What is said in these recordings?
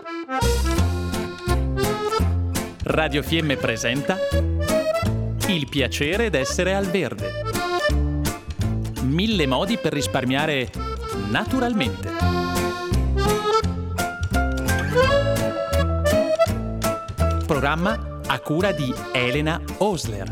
Radio Fiemme presenta Il piacere d'essere al verde. 1000 modi per risparmiare naturalmente. Programma a cura di Elena Osler.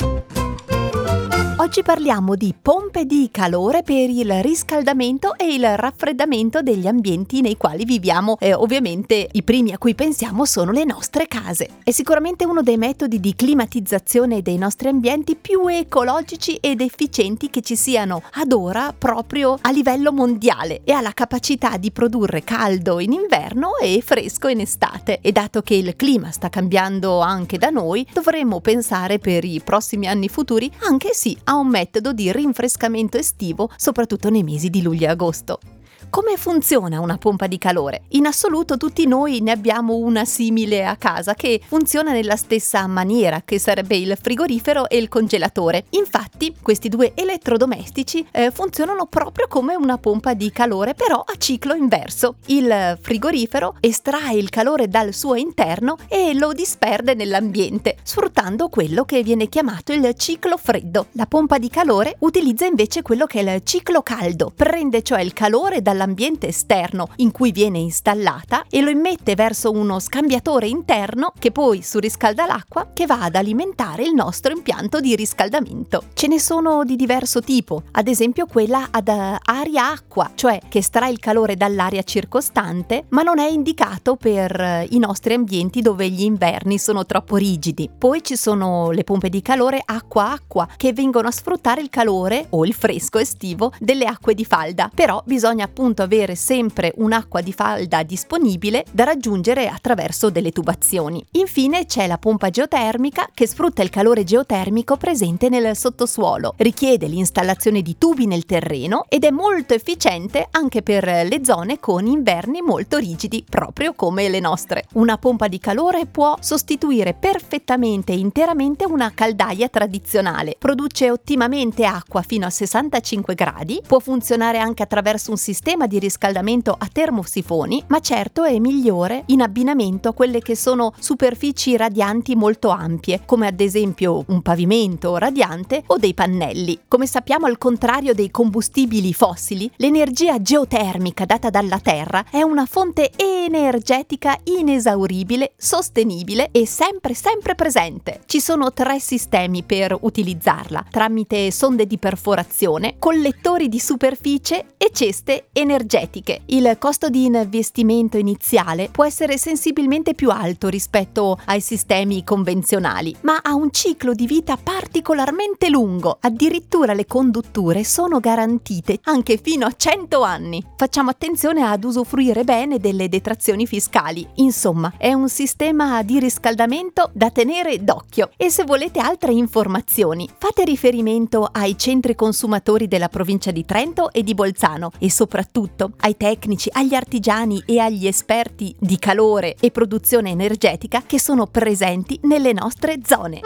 Oggi parliamo di pompe di calore per il riscaldamento e il raffreddamento degli ambienti nei quali viviamo. Ovviamente i primi a cui pensiamo sono le nostre case. È sicuramente uno dei metodi di climatizzazione dei nostri ambienti più ecologici ed efficienti che ci siano ad ora proprio a livello mondiale, e ha la capacità di produrre caldo in inverno e fresco in estate. E dato che il clima sta cambiando anche da noi, dovremmo pensare per i prossimi anni futuri anche a un metodo di rinfrescamento estivo, soprattutto nei mesi di luglio e agosto. Come funziona una pompa di calore? In assoluto tutti noi ne abbiamo una simile a casa che funziona nella stessa maniera, che sarebbe il frigorifero e il congelatore. Infatti questi due elettrodomestici funzionano proprio come una pompa di calore, però a ciclo inverso. Il frigorifero estrae il calore dal suo interno e lo disperde nell'ambiente, sfruttando quello che viene chiamato il ciclo freddo. La pompa di calore utilizza invece quello che è il ciclo caldo, prende cioè il calore dall'ambiente esterno in cui viene installata e lo immette verso uno scambiatore interno che poi surriscalda l'acqua che va ad alimentare il nostro impianto di riscaldamento. Ce ne sono di diverso tipo, ad esempio quella ad aria-acqua, cioè che estrae il calore dall'aria circostante, ma non è indicato per i nostri ambienti dove gli inverni sono troppo rigidi. Poi ci sono le pompe di calore acqua-acqua che vengono a sfruttare il calore o il fresco estivo delle acque di falda, però bisogna appunto avere sempre un'acqua di falda disponibile da raggiungere attraverso delle tubazioni. Infine c'è la pompa geotermica che sfrutta il calore geotermico presente nel sottosuolo, richiede l'installazione di tubi nel terreno ed è molto efficiente anche per le zone con inverni molto rigidi, proprio come le nostre. Una pompa di calore può sostituire perfettamente e interamente una caldaia tradizionale, produce ottimamente acqua fino a 65 gradi, può funzionare anche attraverso un sistema di riscaldamento a termosifoni, ma certo è migliore in abbinamento a quelle che sono superfici radianti molto ampie, come ad esempio un pavimento radiante o dei pannelli. Come sappiamo, al contrario dei combustibili fossili, l'energia geotermica data dalla Terra è una fonte energetica inesauribile, sostenibile e sempre presente. Ci sono 3 sistemi per utilizzarla: tramite sonde di perforazione, collettori di superficie e ceste energetiche. Il costo di investimento iniziale può essere sensibilmente più alto rispetto ai sistemi convenzionali, ma ha un ciclo di vita particolarmente lungo. Addirittura le condutture sono garantite anche fino a 100 anni. Facciamo attenzione ad usufruire bene delle detrazioni fiscali. Insomma, è un sistema di riscaldamento da tenere d'occhio. E se volete altre informazioni, fate riferimento ai centri consumatori della provincia di Trento e di Bolzano e soprattutto ai tecnici, agli artigiani e agli esperti di calore e produzione energetica che sono presenti nelle nostre zone.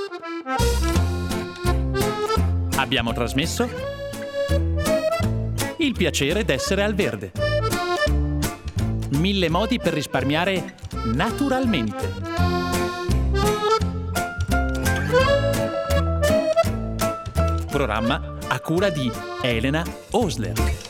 Abbiamo trasmesso Il piacere d'essere al verde. 1000 modi per risparmiare naturalmente. Programma a cura di Elena Osler.